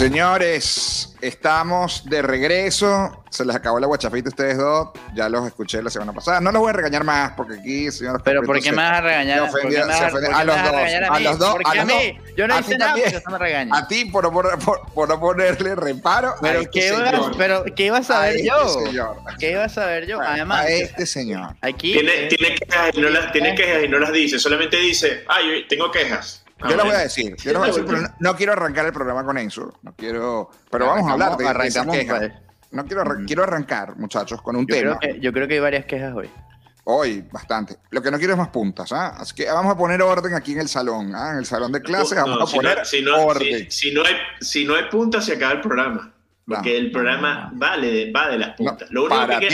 Señores, estamos de regreso. Se les acabó la guachafita a ustedes dos. Ya los escuché la semana pasada. No los voy a regañar más porque aquí, señor. Pero ¿por qué me vas a regañar? A los dos. ¿Por qué a mí? Yo no hice nada, pero eso me regaña. A ti por no ponerle reparo. Pero ¿qué iba a saber yo? ¿Qué iba a saber yo? Además, a este señor. Aquí tiene quejas y no las dice. Solamente dice, yo tengo quejas. Yo les voy a decir, pero no quiero arrancar el programa con eso. No quiero. Pero vamos a hablar de esas quejas. No quiero arrancar, muchachos, con un tema. Yo creo que hay varias quejas hoy. Hoy, bastante. Lo que no quiero es más puntas, ¿ah? Así que vamos a poner orden aquí en el salón, ¿ah? En el salón de clases vamos a poner orden. Si no hay puntas, se acaba el programa. Porque el programa va de las puntas. Lo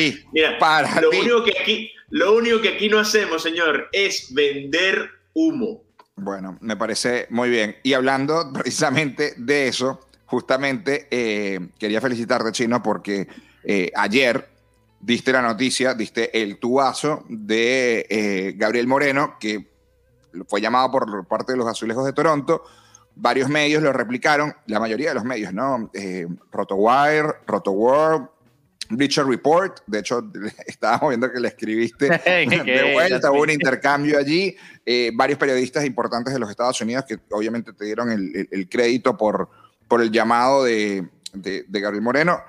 único que aquí no hacemos, señor, es vender humo. Bueno, me parece muy bien. Y hablando precisamente de eso, justamente quería felicitarte, Chino, porque ayer diste la noticia, diste el tubazo de Gabriel Moreno, que fue llamado por parte de los Azulejos de Toronto. Varios medios lo replicaron, la mayoría de los medios, ¿no? RotoWire, RotoWorld, Bleacher Report. De hecho, estábamos viendo que le escribiste de vuelta, hubo un intercambio allí. Varios periodistas importantes de los Estados Unidos que obviamente te dieron el crédito por el llamado de Gabriel Moreno.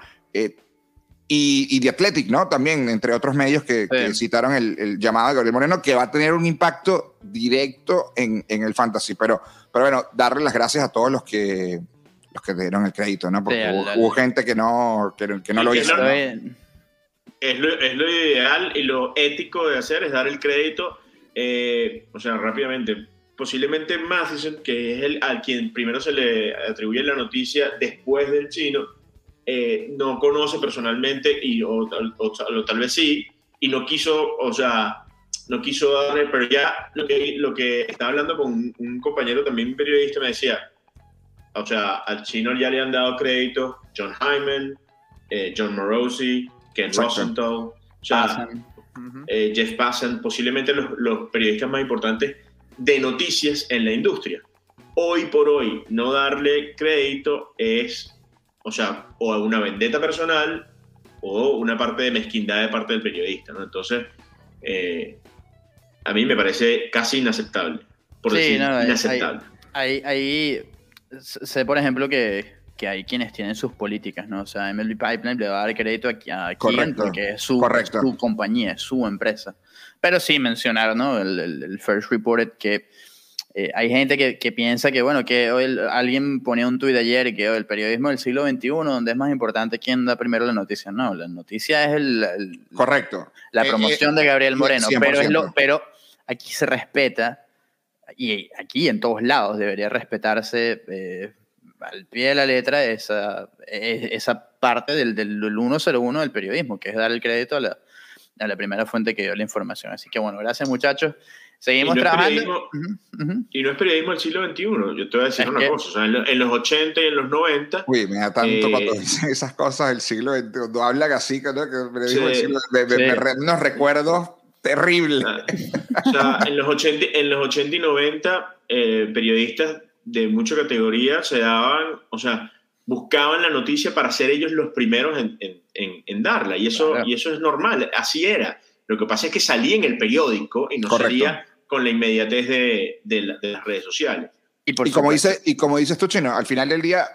Y The Athletic, ¿no? También, entre otros medios que citaron el llamado de Gabriel Moreno, que va a tener un impacto directo en el fantasy. Pero bueno, darle las gracias a todos los que te dieron el crédito, ¿no? Porque hubo gente que no lo hizo. Es lo ideal y lo ético de hacer es dar el crédito, rápidamente. Posiblemente Matheson, que es al quien primero se le atribuye la noticia después del Chino, no conoce personalmente o tal vez sí, y no quiso darle, pero ya lo que estaba hablando con un compañero también periodista me decía, al Chino ya le han dado crédito John Hyman, John Morosi, Ken Rosenthal, Jeff Passan, posiblemente los periodistas más importantes de noticias en la industria. Hoy por hoy, no darle crédito es, o una vendetta personal o una parte de mezquindad de parte del periodista, ¿no? Entonces, a mí me parece casi inaceptable, inaceptable. Ahí sé, por ejemplo, que hay quienes tienen sus políticas, ¿no? O sea, MLB Pipeline le va a dar crédito a quien, porque es su compañía, es su empresa. Pero sí mencionar, ¿no? El First Reported, que hay gente que piensa que, bueno, que hoy alguien ponía un tuit ayer que el periodismo del siglo XXI, donde es más importante quién da primero la noticia. No, la noticia es la promoción de Gabriel Moreno. Pero aquí se respeta, y aquí en todos lados debería respetarse al pie de la letra esa parte del 101 del periodismo, que es dar el crédito a la primera fuente que dio la información. Así que bueno, gracias muchachos. Seguimos trabajando. Y no es periodismo del siglo XXI. Yo te voy a decir una cosa. En los 80 y en los 90... Uy, me da tanto cuando dicen esas cosas del siglo XXI. Cuando hablan así, ¿no? Que el periodismo del siglo unos recuerdos terribles. En los 80 y 90, periodistas de mucha categoría se daban... buscaban la noticia para ser ellos los primeros en darla. Y eso es normal. Así era. Lo que pasa es que salía en el periódico y no salía con la inmediatez de las redes sociales. Y como dices tú, Chino, al final del día,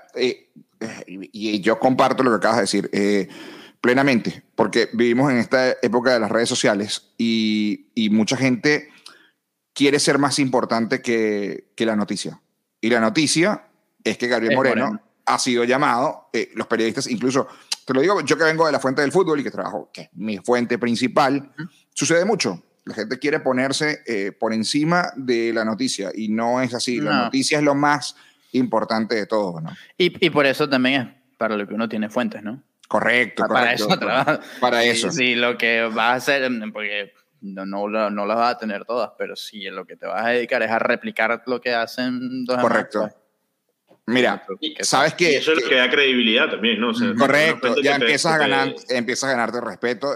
y yo comparto lo que acabas de decir plenamente, porque vivimos en esta época de las redes sociales y mucha gente quiere ser más importante que la noticia. Y la noticia es que Gabriel Moreno ha sido llamado, los periodistas, incluso, te lo digo, yo que vengo de la fuente del fútbol y que trabajo, que es mi fuente principal, sucede mucho. La gente quiere ponerse por encima de la noticia y no es así. La noticia es lo más importante de todo, ¿no? Y por eso también es para lo que uno tiene fuentes, ¿no? Correcto. Para eso trabaja. Para eso. Sí, lo que vas a hacer, porque no las vas a tener todas, pero sí, lo que te vas a dedicar es a replicar lo que hacen dos demás. Correcto. Mira, sabes que eso es lo que da credibilidad también, ¿no? O sea, correcto, ya empiezas a ganarte respeto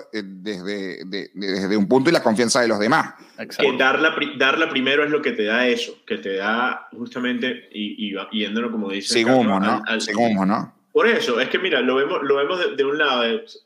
desde un punto y la confianza de los demás. Que darla primero es lo que te da eso, que te da justamente, y yéndolo como dice sin humo, ¿no? Sin humo, ¿no? Por eso, es que mira, lo vemos de un lado,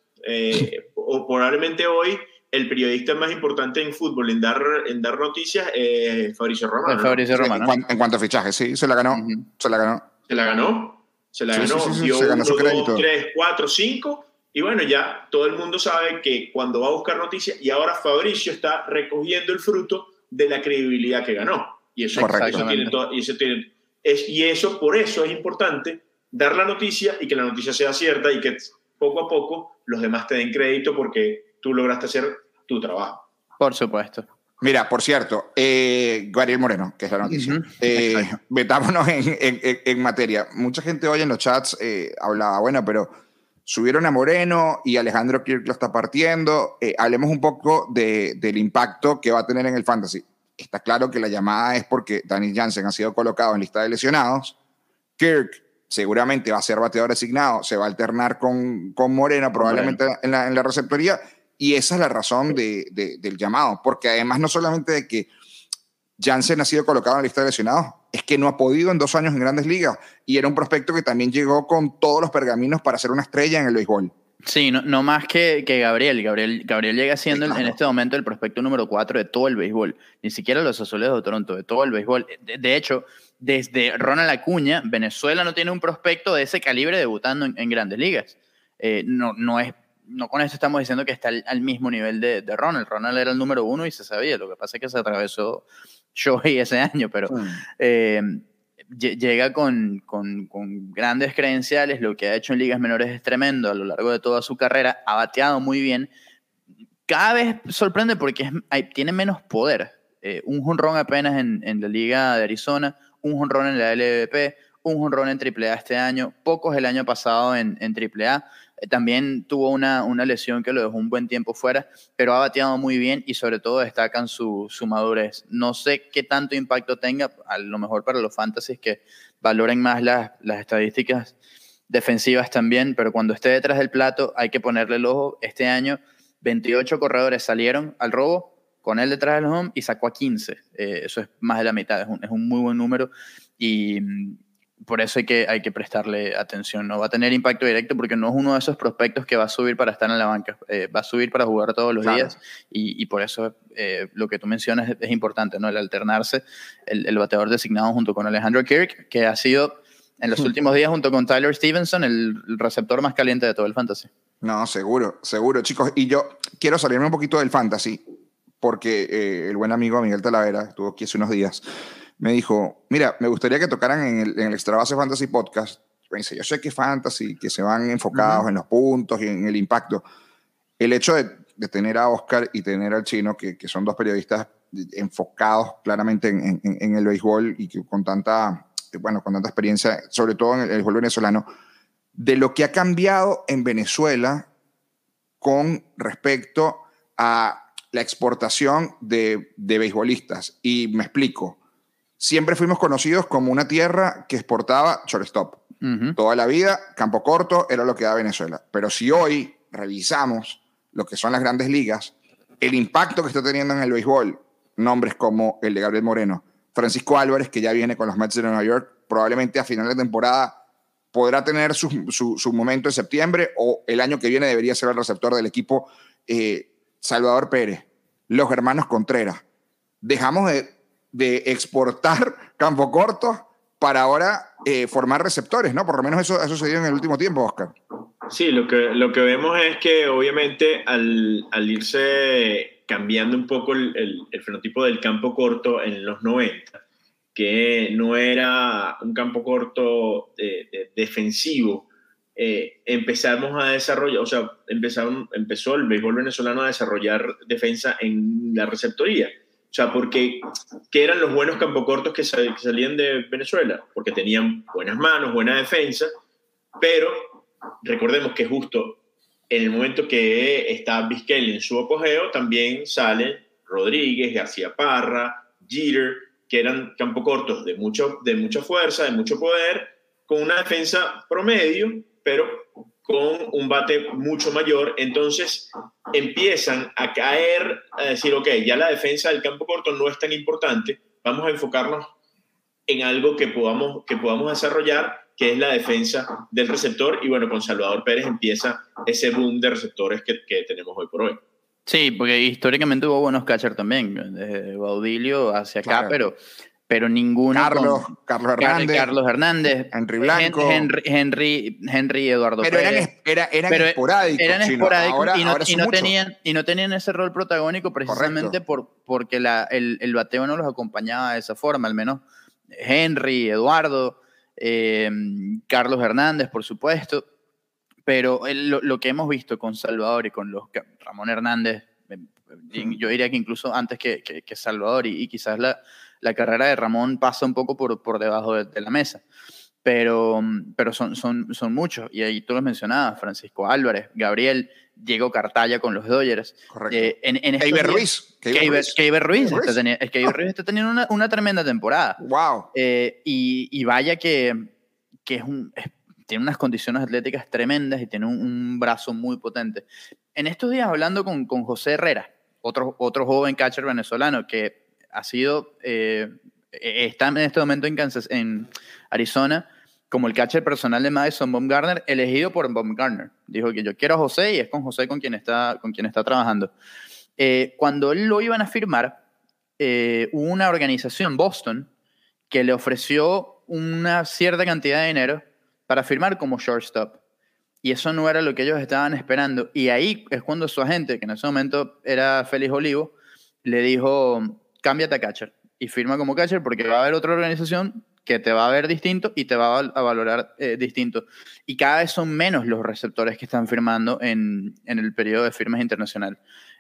o probablemente hoy el periodista más importante en fútbol en dar noticias es Fabricio Romano. Fabricio Romano. En cuanto a fichaje, sí, se la ganó. Se la ganó. Se la ganó. Dio 1, 2, 3, 4, 5. Y bueno, ya todo el mundo sabe que cuando va a buscar noticias, y ahora Fabricio está recogiendo el fruto de la credibilidad que ganó. Y eso tiene todo, y eso por eso es importante dar la noticia y que la noticia sea cierta y que poco a poco los demás te den crédito porque tú lograste hacer tu trabajo. Por supuesto. Mira, por cierto, Gabriel Moreno, que es la noticia. Metámonos en materia. Mucha gente hoy en los chats hablaba, bueno, pero subieron a Moreno y Alejandro Kirk lo está partiendo. Hablemos un poco del impacto que va a tener en el fantasy. Está claro que la llamada es porque Danny Jansen ha sido colocado en lista de lesionados. Kirk seguramente va a ser bateador designado, se va a alternar con Moreno probablemente en la receptoría. Y esa es la razón del llamado, porque además no solamente de que Jansen ha sido colocado en la lista de lesionados, es que no ha podido en 2 años en Grandes Ligas, y era un prospecto que también llegó con todos los pergaminos para ser una estrella en el béisbol. Sí, no más que Gabriel. Gabriel llega siendo en este momento el prospecto número 4 de todo el béisbol, ni siquiera los Azulejos de Toronto, de todo el béisbol. De hecho, desde Ronald Acuña, Venezuela no tiene un prospecto de ese calibre debutando en Grandes Ligas. No con esto estamos diciendo que está al mismo nivel de Ronald. Ronald era el número 1 y se sabía. Lo que pasa es que se atravesó Shohei ese año, pero llega con grandes credenciales. Lo que ha hecho en ligas menores es tremendo a lo largo de toda su carrera. Ha bateado muy bien. Cada vez sorprende porque tiene menos poder. Un jonrón apenas en la Liga de Arizona, un jonrón en la LVP, un jonrón en AAA este año, pocos el año pasado en AAA. También tuvo una lesión que lo dejó un buen tiempo fuera, pero ha bateado muy bien y sobre todo destacan su madurez. No sé qué tanto impacto tenga, a lo mejor para los fantasies que valoren más las estadísticas defensivas también, pero cuando esté detrás del plato hay que ponerle el ojo. Este año 28 corredores salieron al robo con él detrás del home y sacó a 15. Eso es más de la mitad, es un muy buen número y por eso hay que prestarle atención. No va a tener impacto directo porque no es uno de esos prospectos que va a subir para estar en la banca. Va a subir para jugar todos los días y por eso lo que tú mencionas es importante, ¿no? El alternarse, el bateador designado junto con Alejandro Kirk, que ha sido en los últimos días junto con Tyler Stevenson el receptor más caliente de todo el fantasy. No, seguro, chicos. Y yo quiero salirme un poquito del fantasy porque el buen amigo Miguel Talavera estuvo aquí hace unos días. Me dijo, mira, me gustaría que tocaran en el Extra Base Fantasy Podcast. Me dice, yo sé que fantasy, que se van enfocados en los puntos y en el impacto. El hecho de tener a Oscar y tener al Chino, que son dos periodistas enfocados claramente en el béisbol y que con tanta experiencia, sobre todo en el béisbol venezolano, de lo que ha cambiado en Venezuela con respecto a la exportación de beisbolistas. Y me explico. Siempre fuimos conocidos como una tierra que exportaba shortstop. Toda la vida, campo corto era lo que da Venezuela. Pero si hoy revisamos lo que son las grandes ligas, el impacto que está teniendo en el béisbol, nombres como el de Gabriel Moreno, Francisco Álvarez, que ya viene con los Mets de Nueva York, probablemente a final de temporada podrá tener su momento en septiembre o el año que viene debería ser el receptor del equipo. Salvador Pérez, los hermanos Contreras. Dejamos de exportar campo corto para ahora formar receptores, ¿no? Por lo menos eso ha sucedido en el último tiempo, Oscar. Sí, lo que vemos es que obviamente al irse cambiando un poco el fenotipo del campo corto en los 90, que no era un campo corto defensivo, empezamos a desarrollar, o sea, empezó el béisbol venezolano a desarrollar defensa en la receptoría. O sea, porque ¿qué eran los buenos campocortos que salían de Venezuela? Porque tenían buenas manos, buena defensa, pero recordemos que justo en el momento que está Vizquel en su apogeo, también salen Rodríguez, García Parra, Jeter, que eran campocortos de mucha fuerza, de mucho poder, con una defensa promedio, pero con un bate mucho mayor. Entonces empiezan a caer, a decir, ok, ya la defensa del campo corto no es tan importante, vamos a enfocarnos en algo que podamos desarrollar, que es la defensa del receptor. Y bueno, con Salvador Pérez empieza ese boom de receptores que tenemos hoy por hoy. Sí, porque históricamente hubo buenos catchers también, desde Baudilio hacia acá, claro. pero ninguno. Carlos Hernández, Henry Blanco, Henry Eduardo pero Pérez. Eran esporádicos. Eran esporádicos ahora y no tenían ese rol protagónico precisamente porque el bateo no los acompañaba de esa forma, al menos Henry, Eduardo, Carlos Hernández, por supuesto. Pero lo que hemos visto con Salvador y con Ramón Hernández, yo diría que incluso antes que Salvador, y quizás la carrera de Ramón pasa un poco por debajo de la mesa, pero son muchos, y ahí tú los mencionabas, Francisco Álvarez, Gabriel, Diego Cartaya con los Dodgers. Correcto. Keiber Ruiz. Keiber Ruiz está teniendo una tremenda temporada. Wow. Y vaya que tiene unas condiciones atléticas tremendas y tiene un brazo muy potente. En estos días, hablando con José Herrera, otro joven catcher venezolano que ha sido, está en este momento en Arizona como el catcher personal de Madison Bumgarner, elegido por Bumgarner. Dijo que yo quiero a José y es con José con quien está trabajando. Cuando él lo iban a firmar, hubo una organización, Boston, que le ofreció una cierta cantidad de dinero para firmar como shortstop. Y eso no era lo que ellos estaban esperando. Y ahí es cuando su agente, que en ese momento era Félix Olivo, le dijo, cámbiate a catcher y firma como catcher porque va a haber otra organización que te va a ver distinto y te va a valorar distinto. Y cada vez son menos los receptores que están firmando en el periodo de firmas internacional.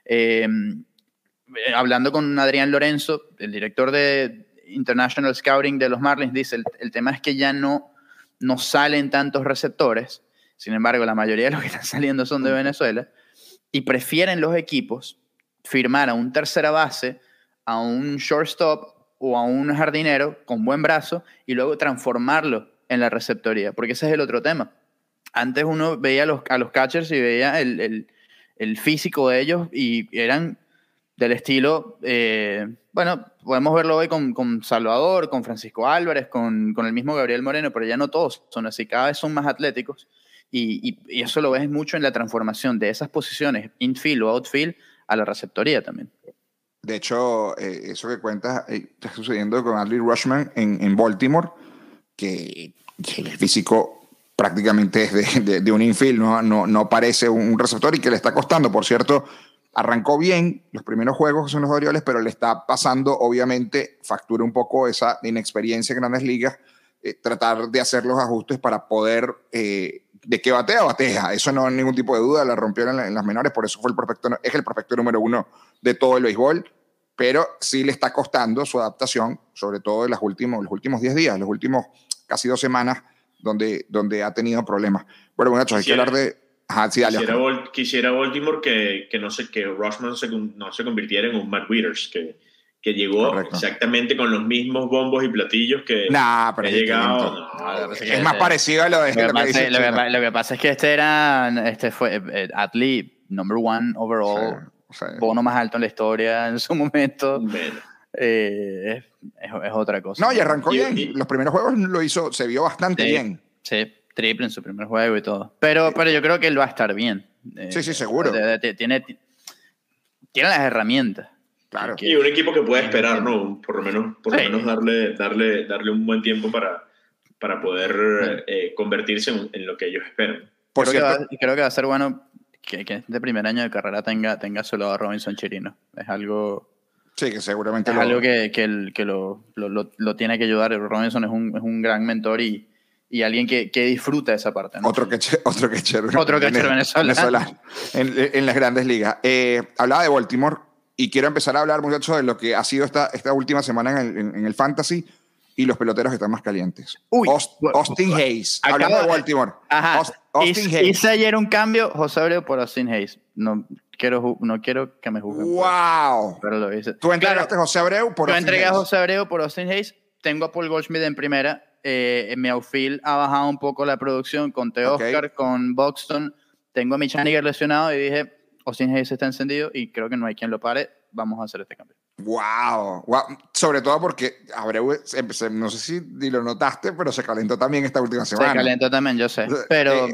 Hablando con Adrián Lorenzo, el director de International Scouting de los Marlins, dice, el tema es que ya no salen tantos receptores. Sin embargo, la mayoría de los que están saliendo son de Venezuela y prefieren los equipos firmar a un tercera base, a un shortstop o a un jardinero con buen brazo y luego transformarlo en la receptoría, porque ese es el otro tema. Antes uno veía a los catchers y veía el físico de ellos y eran del estilo, bueno, podemos verlo hoy con Salvador, con Francisco Álvarez, con el mismo Gabriel Moreno, pero ya no todos son así, cada vez son más atléticos y eso lo ves mucho en la transformación de esas posiciones, infield o outfield, a la receptoría también. De hecho, eso que cuentas está sucediendo con Adley Rutschman en Baltimore, que el físico prácticamente es de un infield, no parece un receptor y que le está costando. Por cierto, arrancó bien los primeros juegos, que son los Orioles, pero le está pasando, obviamente, factura un poco esa inexperiencia en Grandes Ligas, tratar de hacer los ajustes para poder, de que batea, eso no hay ningún tipo de duda, la rompió en las menores, por eso es el prospecto número 1 de todo el béisbol, pero sí le está costando su adaptación, sobre todo en los últimos 10 días, los últimos casi 2 semanas, donde ha tenido problemas. Bueno, muchachos, hay que hablar de... Ajá, sí, dale, quisiera Baltimore que Rutschman no se convirtiera en un Matt Wieters, que llegó Correcto. Exactamente con los mismos bombos y platillos que ha llegado. Es más parecido a lo de lo que pasa es que este fue Adley, number 1 overall, bono más alto en la historia en su momento. Es otra cosa. No, y arrancó bien. Los primeros juegos se vio bastante bien. Sí, triple en su primer juego y todo. Pero yo creo que él va a estar bien. Sí, seguro. Tiene las herramientas. Claro. Y un equipo que puede esperar, ¿no? Por lo menos darle un buen tiempo para poder convertirse en lo que ellos esperan. Creo que va a ser bueno que este primer año de carrera tenga solo a Robinson Chirino. Es algo... Sí, que seguramente es algo que lo tiene que ayudar. Robinson es un gran mentor y alguien que disfruta esa parte, ¿no? Otro catcher venezolano en las Grandes Ligas. Hablaba de Baltimore y quiero empezar a hablar, muchachos, de lo que ha sido esta última semana en el Fantasy y los peloteros que están más calientes. Austin Hayes. Hablando de Baltimore. Austin Hayes. Hice ayer un cambio, José Abreu por Austin Hayes. No quiero que me juzguen. ¡Wow! Pero lo hice. Tú entregaste a José Abreu por Austin Hayes. Yo entregué a José Abreu por Austin Hayes. Tengo a Paul Goldschmidt en primera. mi outfield ha bajado un poco la producción con Oscar, con Buxton. Tengo a mi Chaniger lesionado y dije, Austin Hayes está encendido y creo que no hay quien lo pare. Vamos a hacer este cambio. Wow. Sobre todo porque Abreu, no sé si lo notaste, pero se calentó también esta última semana. Se calentó también, yo sé. Pero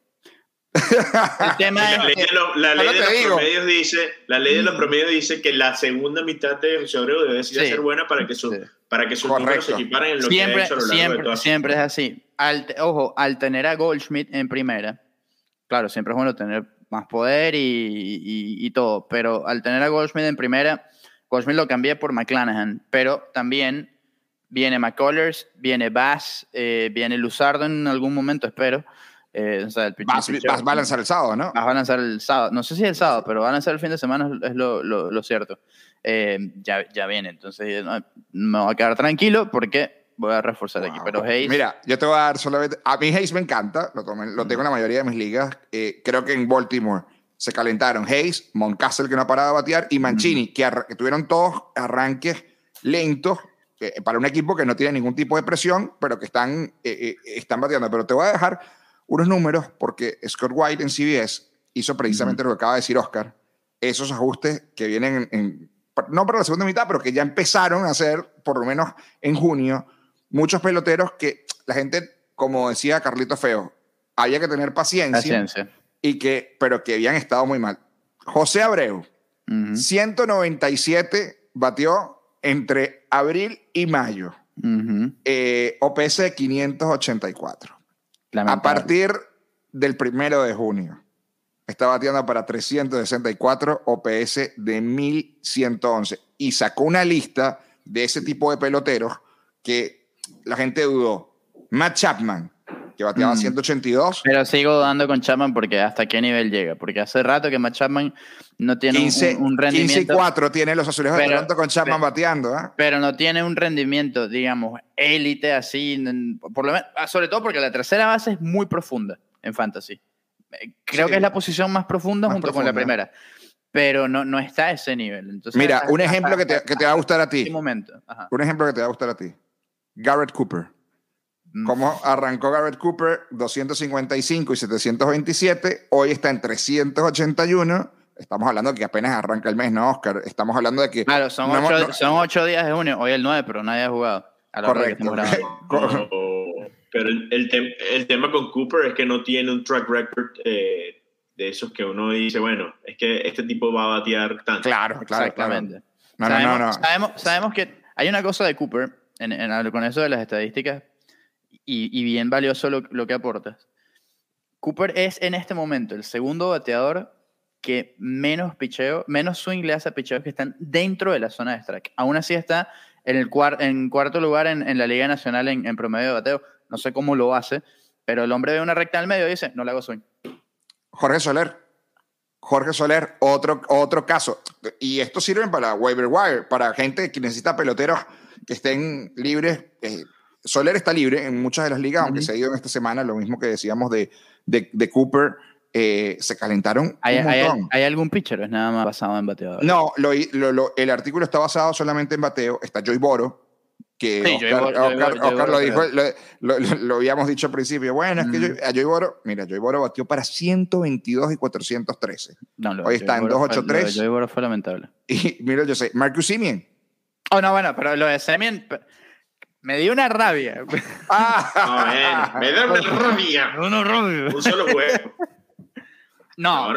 el tema es la ley de los promedios dice que la segunda mitad de José Abreu debe ser buena para que sus números se equiparen en lo que ha hecho a lo largo de toda siempre es así. Al tener a Goldschmidt en primera, claro, siempre es bueno tener más poder y todo, pero al tener a Goldschmidt en primera, Goldschmidt lo cambié por McClanahan, pero también viene McCullers, viene Bass, viene Luzardo en algún momento, espero. O sea, vas a lanzar el sábado, ¿no? Vas a lanzar el sábado. No sé si el sábado, pero va a lanzar el fin de semana, es lo cierto. Ya viene, entonces me voy a quedar tranquilo porque voy a reforzar aquí. Pero Hayes... Mira, yo te voy a dar solamente... A mí Hayes me encanta, lo tengo en la mayoría de mis ligas. Creo que en Baltimore se calentaron Hayes, Mountcastle, que no ha parado de batear, y Mancini, que tuvieron todos arranques lentos para un equipo que no tiene ningún tipo de presión, pero que están bateando. Pero te voy a dejar unos números porque Scott White en CBS hizo precisamente lo que acaba de decir Oscar, esos ajustes que vienen no para la segunda mitad, pero que ya empezaron a hacer, por lo menos en junio, muchos peloteros que la gente, como decía Carlito Feo, había que tener paciencia. Pero que habían estado muy mal. José Abreu, 197 batió entre abril y mayo. OPS de 584. A partir del 1 de junio, está bateando para 364, OPS de 1111. Y sacó una lista de ese tipo de peloteros que la gente dudó. Matt Chapman, que bateaba 182. Pero sigo dudando con Chapman porque hasta qué nivel llega. Porque hace rato que Matt Chapman no tiene un rendimiento... 15-4 tiene los Azulejos de Toronto con Chapman bateando. Pero no tiene un rendimiento, digamos, élite así. Por lo menos, sobre todo porque la tercera base es muy profunda en Fantasy. Creo que es la posición más profunda junto con la primera. Pero no está a ese nivel. Entonces, mira, un ejemplo que te va a gustar a ti. Un ejemplo que te va a gustar a ti. Garrett Cooper. ¿Cómo arrancó Garrett Cooper? 255 y 727. Hoy está en 381. Estamos hablando de que apenas arranca el mes, ¿no, Oscar? Estamos hablando de que... Claro, son 8 días de junio. Hoy el 9, pero nadie ha jugado. Correcto. Pero el tema con Cooper es que no tiene un track record de esos que uno dice, bueno, es que este tipo va a batear tanto. Claro. Exactamente. No. Sabemos que hay una cosa de Cooper, con eso de las estadísticas, y bien valioso lo que aportas. Cooper es en este momento el segundo bateador que menos swing le hace a picheos que están dentro de la zona de strike. Aún así está en cuarto lugar en la Liga Nacional en promedio de bateo. No sé cómo lo hace, pero el hombre ve una recta en el medio y dice, no le hago swing. Jorge Soler, otro caso. Y esto sirve para waiver wire, para gente que necesita peloteros que estén libres. Soler está libre en muchas de las ligas, aunque se ha ido en esta semana, lo mismo que decíamos de Cooper. Se calentaron un montón. ¿Hay algún pitcher o es nada más basado en bateador? No, el artículo está basado solamente en bateo. Está Joey Voro, que sí, Oscar lo dijo, lo habíamos dicho al principio. Bueno, es que a Joey Voro batió para 122 y 413. Hoy está en 283. Joey Voro fue lamentable. Y mira, yo sé, Marcus Semien. Oh, no, bueno, pero lo de Semien me dio una rabia. Me da una rabia. Un solo juego. No,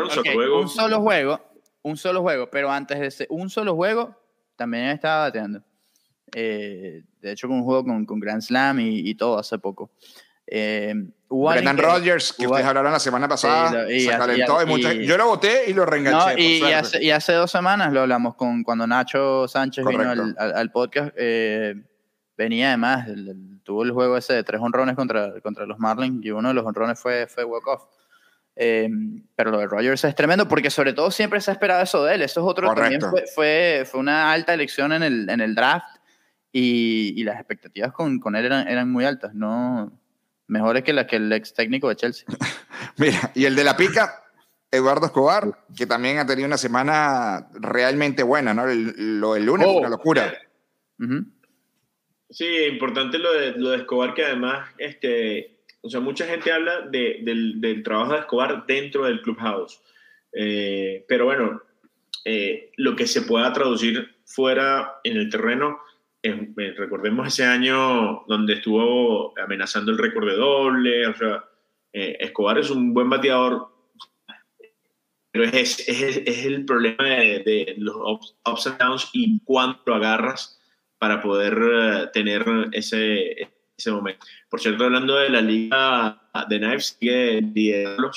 un solo juego, pero antes de ese un solo juego también estaba bateando. De hecho, con un juego con Grand Slam y todo hace poco. Brendan Rodgers, que ustedes hablaron la semana pasada, se calentó. Yo lo voté y lo reenganché. No, y hace 2 semanas lo hablamos cuando Nacho Sánchez vino al podcast. Venía además, tuvo el juego ese de 3 honrones contra los Marlins y uno de los honrones fue walk-off. Pero lo de Rodgers es tremendo porque sobre todo siempre se ha esperado eso de él. Eso es otro. Correcto. También fue una alta elección en el draft y las expectativas con él eran muy altas, no mejores que las que el ex técnico de Chelsea. Mira, y el de la pica, Eduardo Escobar, que también ha tenido una semana realmente buena, ¿no? Lo del lunes fue una locura. Sí, importante lo de Escobar, que además, o sea, mucha gente habla del trabajo de Escobar dentro del Clubhouse. Pero bueno, lo que se pueda traducir fuera en el terreno, recordemos ese año donde estuvo amenazando el récord de doble, o sea, Escobar es un buen bateador, pero es el problema de los ups and downs y cuándo lo agarras para poder tener ese momento. Por cierto, hablando de la liga de Knives, sigue liderando,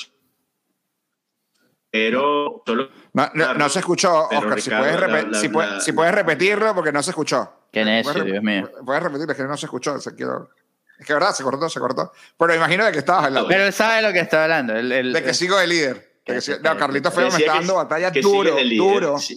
pero solo... No se escuchó, Oscar. Si puedes repetirlo, porque no se escuchó. Qué necio, Dios mío. Puedes repetirlo, es que no se escuchó. Es que verdad, se cortó. Pero imagino de que estabas hablando. Pero él sabe lo que está hablando. De que sigo de líder. No, Carlitos Feo me está dando batalla duro. Sí.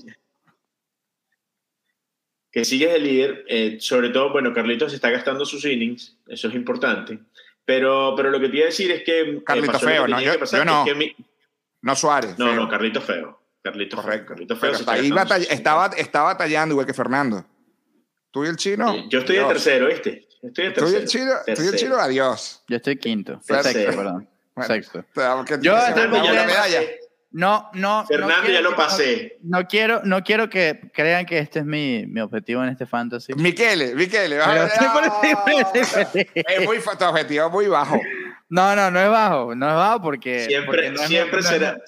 Que sigues de líder, sobre todo, bueno, Carlitos está gastando sus innings, eso es importante, pero lo que te iba a decir es que... Carlitos Feo, no, yo no. No Suárez. No, Carlitos Feo. Carlitos Feo. Ahí está batallando igual que Fernando. ¿Tú y el chino? Yo estoy de tercero, ¿viste? Tú y el chino, adiós. Yo estoy quinto. Sexto, perdón. Sexto. Yo estoy con la medalla. No. Fernando, ya lo pasé. No quiero que crean que este es mi objetivo en este fantasy. Michele. Es muy tu objetivo, muy bajo. No es bajo. No es bajo porque... Siempre será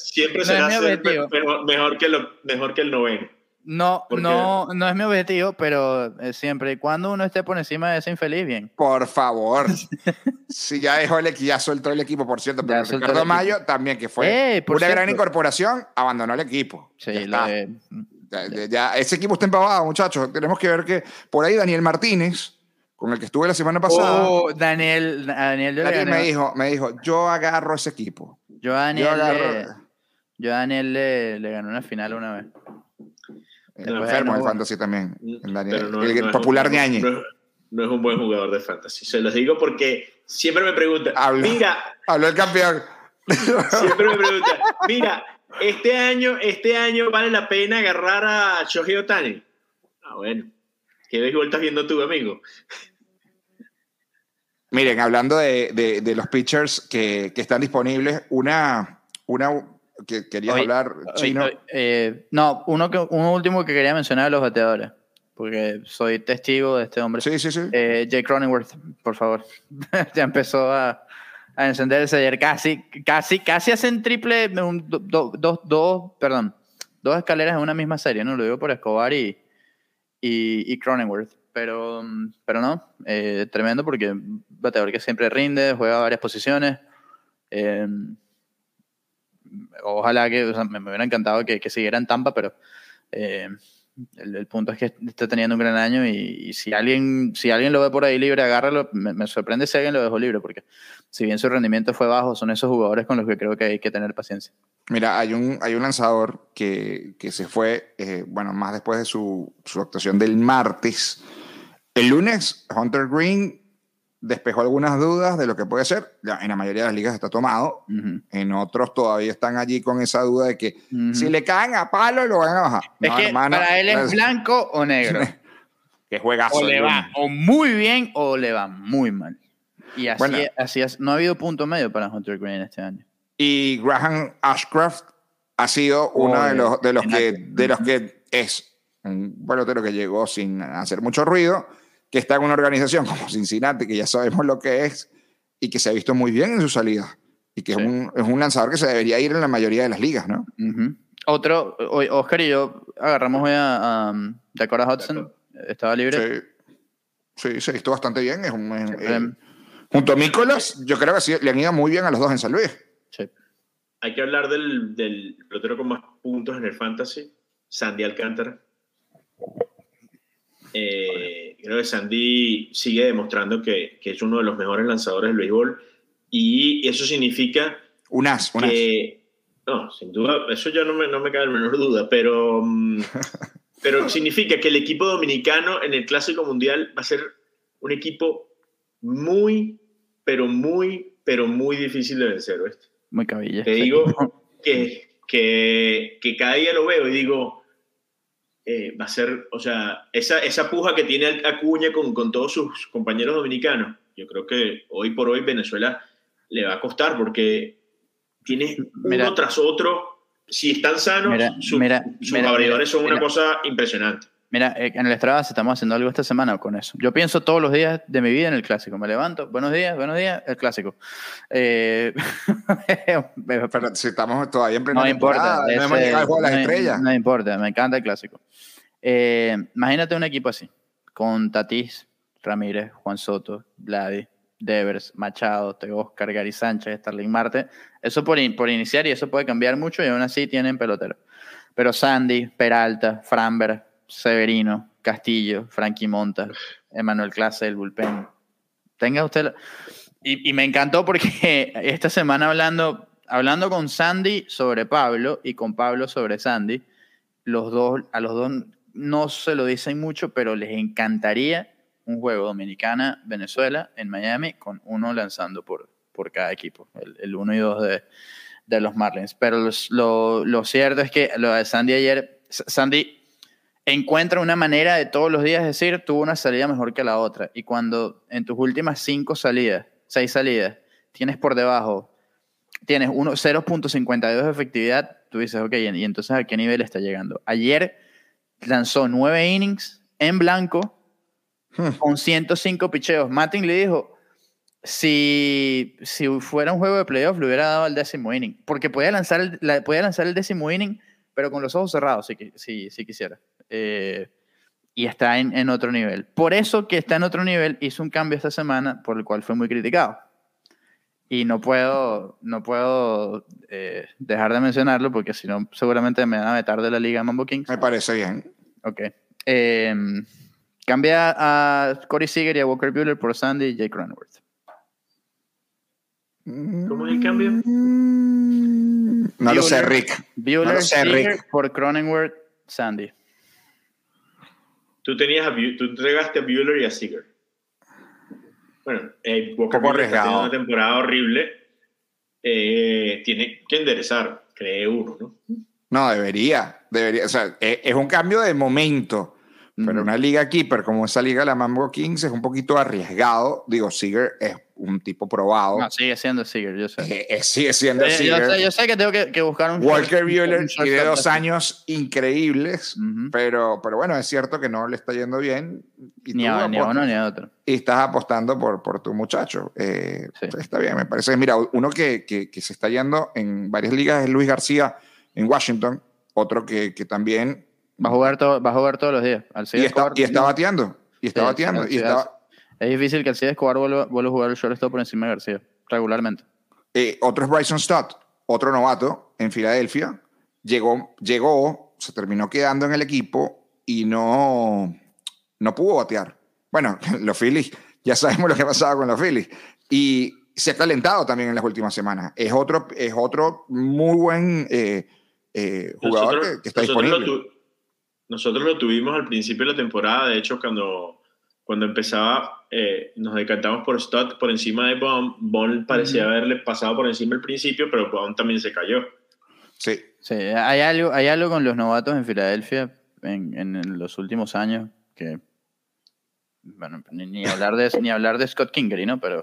mejor que el noveno. No es mi objetivo, pero siempre y cuando uno esté por encima de ese infeliz, bien. Por favor. Sí, ya soltó el equipo, por cierto, pero Ricardo Mayo también, que fue una gran incorporación, abandonó el equipo. Sí, ya, ese equipo está empavado, muchachos. Tenemos que ver que por ahí Daniel Martínez, con el que estuve la semana pasada. Daniel me dijo, yo agarro ese equipo. Yo a Daniel le gané una final una vez. Enfermo en fantasy también. El popular ñañe. No es un buen jugador de fantasy. Se los digo porque siempre me preguntan. Habló el campeón. Siempre me preguntan, mira, este año vale la pena agarrar a Shohei Ohtani. Bueno. ¿Qué béisbol estás viendo tú, amigo? Miren, hablando de los pitchers que están disponibles, una que querías hablar, Chino. Uno último que quería mencionar de los bateadores, porque soy testigo de este hombre. Sí. Jake Cronenworth, por favor. Ya empezó a encenderse ayer. Casi hacen triple, dos escaleras en una misma serie, ¿no? Lo digo por Escobar y Cronenworth. Pero no, tremendo porque bateador que siempre rinde, juega varias posiciones. Ojalá que, me hubiera encantado que siguiera en Tampa, pero el punto es que está teniendo un gran año y si alguien lo ve por ahí libre, agárralo. Me sorprende si alguien lo dejó libre, porque si bien su rendimiento fue bajo, son esos jugadores con los que creo que hay que tener paciencia. Mira, hay un lanzador que se fue, más después de su actuación del martes. El lunes, Hunter Green despejó algunas dudas de lo que puede ser. En la mayoría de las ligas está tomado. Uh-huh. En otros todavía están allí con esa duda de que si le caen a palo lo van a bajar. Es que para él es blanco o negro. Que juega o le va o muy bien o le va muy mal. Y así es. No ha habido punto medio para Hunter Green este año. Y Graham Ashcraft ha sido uno de los que es un pelotero que llegó sin hacer mucho ruido, que está en una organización como Cincinnati, que ya sabemos lo que es, y que se ha visto muy bien en su salida. Y que es un lanzador que se debería ir en la mayoría de las ligas, ¿no? Uh-huh. Otro, Oscar y yo agarramos hoy a Dakota Hudson. Estaba libre. Sí, se ha visto bastante bien. Junto a Mícolas, yo creo que sí, le han ido muy bien a los dos en San Luis. Sí. Hay que hablar del pelotero con más puntos en el fantasy, Sandy Alcántara. Creo que Sandy sigue demostrando que es uno de los mejores lanzadores del béisbol, y eso significa no, sin duda, eso ya no me cabe la menor duda, pero significa que el equipo dominicano en el Clásico Mundial va a ser un equipo muy, pero muy difícil de vencer, ¿ves? Muy cabilla. Te digo que cada día lo veo y digo, va a ser, o sea, esa puja que tiene Acuña con todos sus compañeros dominicanos, yo creo que hoy por hoy Venezuela le va a costar porque tiene uno tras otro. Si están sanos, sus abridores son una cosa impresionante. Mira, en el Strabas estamos haciendo algo esta semana con eso. Yo pienso todos los días de mi vida en el clásico. Me levanto, buenos días, el clásico. Pero si estamos todavía en plena temporada, no hemos llegado al juego de las estrellas. No importa, me encanta el clásico. Imagínate un equipo así, con Tatís, Ramírez, Juan Soto, Vladi, Devers, Machado, Teóscar, Gary Sánchez, Starling Marte. Eso por iniciar, y eso puede cambiar mucho, y aún así tienen pelotero. Pero Sandy, Peralta, Framberg, Severino, Castillo, Frankie Montas, Emanuel Clase del bullpen. Tenga usted... Y me encantó porque esta semana hablando con Sandy sobre Pablo y con Pablo sobre Sandy, a los dos no se lo dicen mucho, pero les encantaría un juego Dominicana-Venezuela en Miami con uno lanzando por cada equipo, el 1 y 2 de los Marlins. Pero lo cierto es que lo de Sandy ayer, Sandy encuentra una manera de todos los días decir, tuvo una salida mejor que la otra. Y cuando en tus últimas 6 salidas, tienes por debajo, tienes 0.52 de efectividad, tú dices, ok, y entonces ¿a qué nivel está llegando? Ayer lanzó 9 innings en blanco con 105 picheos. Matting le dijo, si fuera un juego de playoff, le hubiera dado el 10º inning, porque podía lanzar el 10º inning, pero con los ojos cerrados, si quisiera. Y está en otro nivel. Por eso que está en otro nivel, hizo un cambio esta semana, por el cual fue muy criticado. Y no puedo dejar de mencionarlo, porque si no, seguramente me van a vetar de la Liga Mambo Kings. Me parece bien. Ok. Cambia a Corey Seager y a Walker Buehler por Sandy y Jake Cronenworth. ¿Cómo es el cambio? No lo sé, Rick. Buehler, Seager por Cronenworth, Sandy. Tú entregaste a Buehler y a Seager. Bueno, Walker Buehler está teniendo una temporada horrible. Tiene que enderezar, cree uno, ¿no? No, debería. O sea, es un cambio de momento. Pero una liga keeper como esa liga, la Mambo Kings, es un poquito arriesgado. Digo, Seager es un tipo probado. No, sigue siendo Seager, yo sé. Sigue siendo Seager. Yo sé que tengo que buscar un... Walker Buehler tiene 2 años increíbles, pero bueno, es cierto que no le está yendo bien. Y ni a uno ni a otro. Y estás apostando por tu muchacho. Sí. Está bien, me parece. Mira, uno que se está yendo en varias ligas es Luis García en Washington. Otro que también... Va a jugar todos los días. Y está bateando. Es difícil que Alcides Escobar vuelva a jugar el shortstop por encima de García, regularmente. Otro es Bryson Stott, otro novato en Filadelfia. Llegó, se terminó quedando en el equipo y no pudo batear. Bueno, los Phillies, ya sabemos lo que ha pasado con los Phillies. Y se ha calentado también en las últimas semanas. Es otro muy buen jugador que está disponible. Nosotros lo tuvimos al principio de la temporada. De hecho, cuando empezaba, nos decantamos por Stott por encima de Bond. Bond parecía haberle pasado por encima al principio, pero Bond también se cayó. Sí. Hay algo con los novatos en Filadelfia en los últimos años que, bueno, ni hablar de Scott Kingery, ¿no? Pero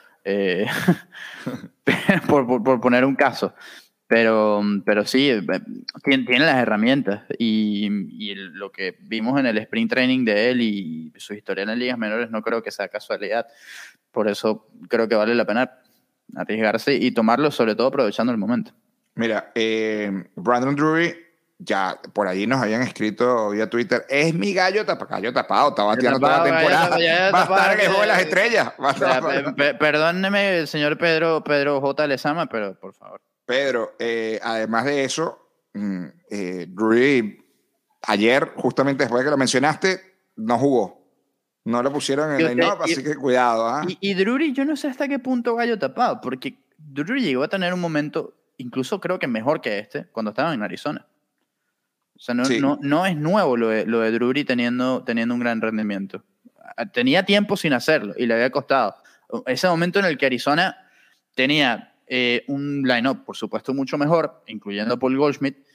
por poner un caso. Pero sí, tiene las herramientas y lo que vimos en el sprint training de él y su historia en las ligas menores no creo que sea casualidad. Por eso creo que vale la pena arriesgarse y tomarlo, sobre todo aprovechando el momento. Mira, Brandon Drury, ya por ahí nos habían escrito vía Twitter, es mi gallo tapado, está bateando toda la temporada. Va a estar en el juego de las estrellas. Perdóneme, señor Pedro J. Lezama, pero por favor. Pedro, además de eso, Drury ayer, justamente después de que lo mencionaste, no jugó. No lo pusieron en el line-up, así que cuidado. Y Drury, yo no sé hasta qué punto gallo tapado, porque Drury llegó a tener un momento, incluso creo que mejor que este, cuando estaba en Arizona. O sea, no es nuevo lo de Drury teniendo un gran rendimiento. Tenía tiempo sin hacerlo y le había costado. Ese momento en el que Arizona tenía un line-up, por supuesto, mucho mejor, incluyendo a Paul Goldschmidt,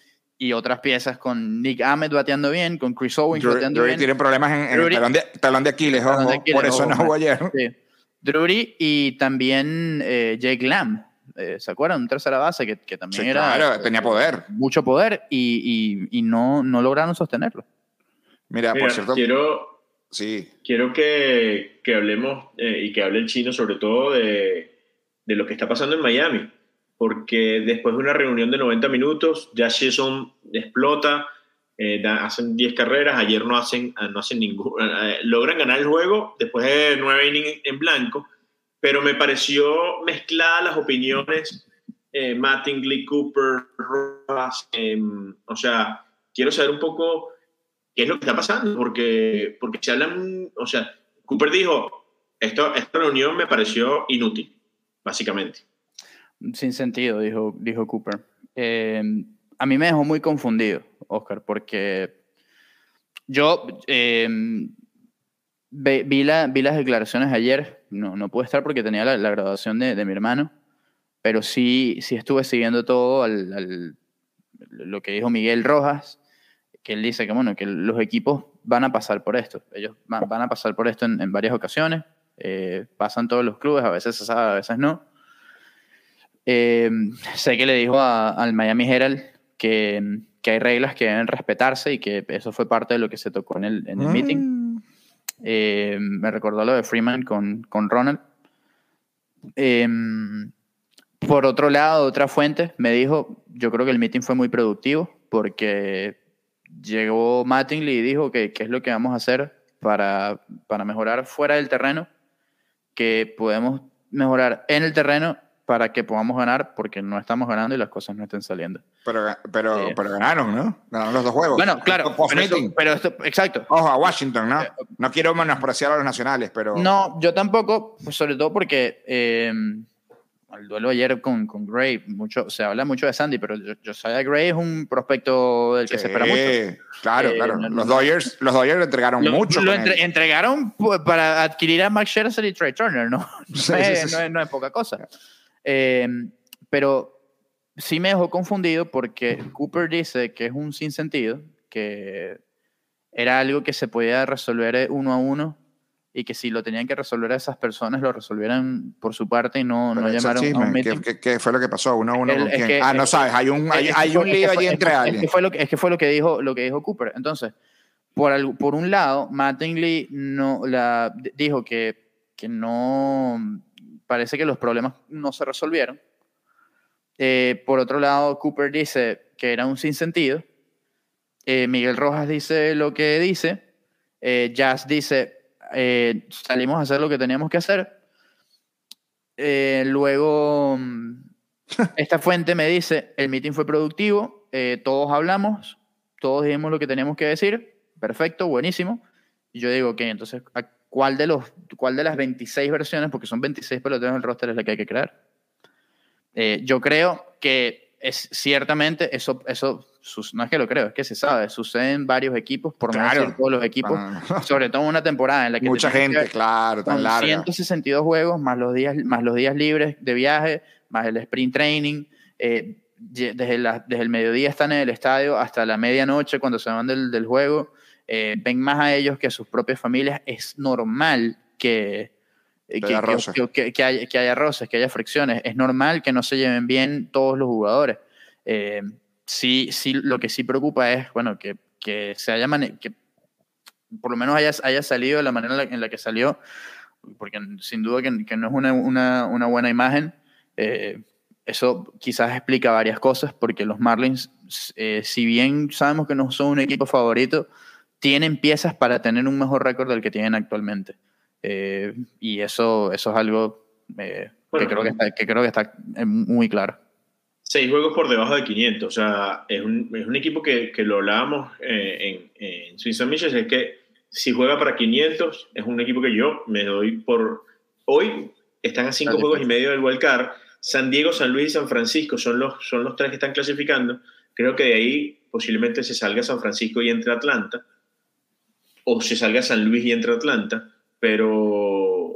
y otras piezas con Nick Ahmed bateando bien, con Chris Owings bateando bien. Tiene problemas en el talón de Aquiles, por eso no jugó ayer. Sí. Drury y también Jake Lamb, ¿se acuerdan? Un tercera base que también era... Claro, tenía poder. Mucho poder y no lograron sostenerlo. Mira, por cierto... Quiero que hablemos y que hable el Chino sobre todo de lo que está pasando en Miami. Porque después de una reunión de 90 minutos, ya Jason explota, hacen 10 carreras, ayer no hacen ninguna, logran ganar el juego después de 9 innings en blanco, pero me pareció mezcladas las opiniones, Mattingly, Cooper, Rojas, o sea, quiero saber un poco qué es lo que está pasando, porque se hablan, o sea, Cooper dijo, esta reunión me pareció inútil, básicamente. Sin sentido, dijo Cooper. A mí me dejó muy confundido, Oscar, porque yo vi las declaraciones ayer. No pude estar porque tenía la graduación de mi hermano, pero sí estuve siguiendo todo lo que dijo Miguel Rojas, que él dice que, bueno, que los equipos van a pasar por esto. Ellos van a pasar por esto en varias ocasiones. Pasan todos los clubes, a veces se sabe, a veces no. Sé que le dijo al Miami Herald que hay reglas que deben respetarse y que eso fue parte de lo que se tocó en el meeting. Me recordó lo de Freeman con Ronald. Por otro lado, otra fuente me dijo, yo creo que el meeting fue muy productivo porque llegó Mattingly y dijo que qué es lo que vamos a hacer para mejorar fuera del terreno, que podemos mejorar en el terreno para que podamos ganar, porque no estamos ganando y las cosas no estén saliendo. Pero ganaron, ¿no? Ganaron los 2 juegos. Bueno, claro. Pero esto, exacto. Ojo, a Washington, ¿no? No quiero menospreciar a los nacionales, pero... No, yo tampoco, pues sobre todo porque el duelo ayer con Gray, se habla mucho de Sandy, pero Josiah Gray es un prospecto del que se espera mucho. Claro. Los Dodgers le entregaron mucho. Entregaron para adquirir a Max Scherzer y Trey Turner, ¿no? No es poca cosa. Pero sí me dejó confundido porque Cooper dice que es un sinsentido, que era algo que se podía resolver 1 a 1 y que si lo tenían que resolver a esas personas lo resolvieran por su parte y no llamaron a un meeting. ¿Qué fue lo que pasó? 1 a 1 con quién? No sabes, hay un lío allí entre alguien. Es que fue lo que dijo Cooper. Entonces, por un lado, Mattingly dijo que no... Parece que los problemas no se resolvieron. Por otro lado, Cooper dice que era un sinsentido. Miguel Rojas dice lo que dice. Jazz dice, salimos a hacer lo que teníamos que hacer. Luego, esta fuente me dice, el meeting fue productivo, todos hablamos, todos dijimos lo que teníamos que decir. Perfecto, buenísimo. Y yo digo, ok, entonces... ¿Cuál de las 26 versiones, porque son 26 peloteros en el roster, es la que hay que crear? Yo creo que ciertamente eso no es que lo creo, es que se sabe, sucede en varios equipos, por no decir todos los equipos, sobre todo en una temporada en la que mucha gente, claro, tan larga. 162 juegos, más los días libres de viaje, más el sprint training, desde el mediodía están en el estadio hasta la medianoche cuando se van del juego. Ven más a ellos que a sus propias familias. Es normal que haya roces, que haya fricciones. Es normal que no se lleven bien todos los jugadores. Sí, lo que sí preocupa es, bueno, que que por lo menos haya salido de la manera en la que salió, porque sin duda que no es una buena imagen. Eso quizás explica varias cosas, porque los Marlins, si bien sabemos que no son un equipo favorito, tienen piezas para tener un mejor récord del que tienen actualmente. Y eso es algo que creo que está muy claro. 6 juegos por debajo de 500. O sea, es un equipo que lo hablábamos en Swing Submissions, es que si juega para 500, es un equipo que yo me doy por... Hoy están a 5 juegos y medio del Wild Card. San Diego, San Luis y San Francisco son los 3 que están clasificando. Creo que de ahí posiblemente se salga San Francisco y entre Atlanta, o se salga San Luis y entre Atlanta, pero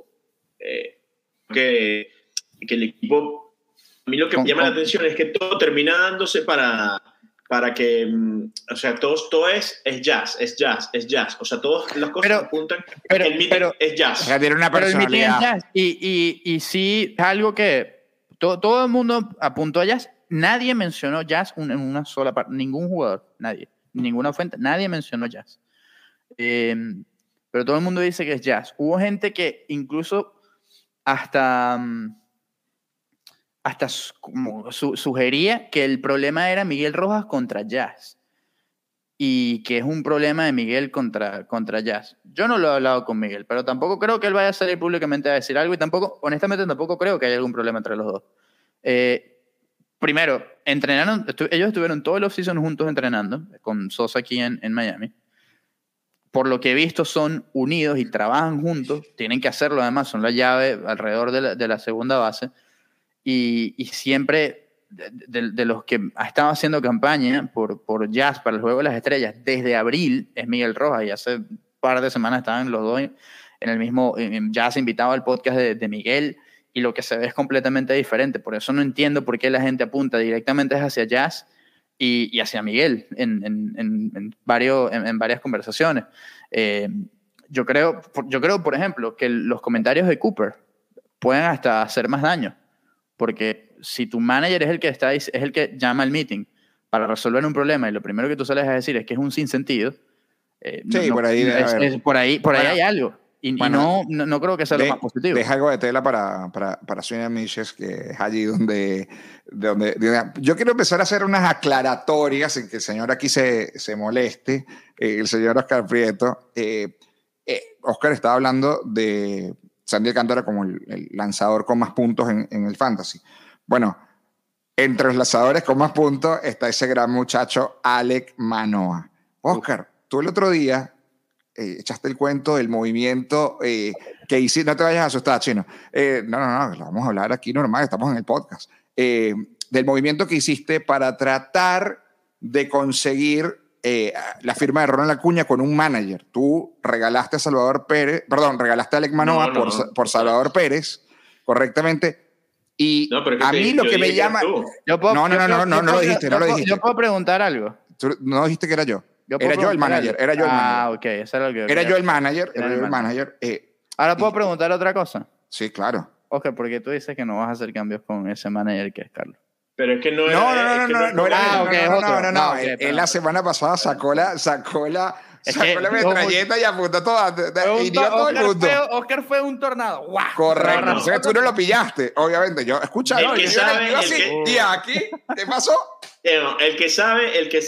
que el equipo, a mí lo que me llama la atención es que todo termina dándose para para que, o sea, todo es jazz. O sea, todas las cosas apuntan a que el meeting es jazz. O sea, tiene una personalidad. Pero el meeting es jazz. Y sí, es algo que todo el mundo apuntó a jazz. Nadie mencionó jazz en una sola parte. Ningún jugador, nadie. Ninguna fuente, nadie mencionó jazz. Pero todo el mundo dice que es jazz. Hubo gente que incluso hasta como sugería que el problema era Miguel Rojas contra Jazz y que es un problema de Miguel contra Jazz. Yo no lo he hablado con Miguel, pero tampoco creo que él vaya a salir públicamente a decir algo y honestamente tampoco creo que haya algún problema entre los dos. Primero, ellos estuvieron todo el off-season juntos entrenando con Sosa aquí en Miami. Por lo que he visto son unidos y trabajan juntos, tienen que hacerlo además, son la llave alrededor de la segunda base. Y siempre de los que ha estado haciendo campaña por Jazz para el Juego de las Estrellas desde abril es Miguel Rojas, y hace un par de semanas estaban los dos en el mismo Jazz invitado al podcast de Miguel, y lo que se ve es completamente diferente. Por eso no entiendo por qué la gente apunta directamente hacia Jazz y hacia Miguel en varias conversaciones. Yo creo, por ejemplo, que los comentarios de Cooper pueden hasta hacer más daño. Porque si tu manager es el que llama al meeting para resolver un problema y lo primero que tú sales a decir es que es un sinsentido, sí, por ahí hay algo. Y no creo que sea lo más positivo. Deja algo de tela para Sonia Miches, que es allí donde yo quiero empezar a hacer unas aclaratorias sin que el señor aquí se moleste, el señor Oscar Prieto. Oscar estaba hablando de Sandy Alcántara como el lanzador con más puntos en el fantasy. Bueno, entre los lanzadores con más puntos está ese gran muchacho Alek Manoah. Oscar, tú el otro día echaste el cuento del movimiento que hiciste. No te vayas a asustar, Chino. No, vamos a hablar aquí normal, estamos en el podcast. Del movimiento que hiciste para tratar de conseguir la firma de Ronald Acuña con un manager. Tú regalaste a Alek Manoah por Salvador Pérez, correctamente. Y a mí lo que me llama... No lo dijiste. Yo puedo preguntar algo. Tú no dijiste que era yo. Era yo el manager. Ok, eso era lo que... Era yo el manager. Ahora puedo preguntar otra cosa. Sí, claro. Ok, porque tú dices que no vas a hacer cambios con ese manager que es Carlos. Pero es que no era... No. Él la semana pasada sacó la metralleta y apuntó todo. Hirió a todo el mundo. Oscar fue un tornado. ¡Guau! Correcto. O sea, tú no lo pillaste, obviamente. Escucha, y aquí, ¿qué pasó? El que sabe es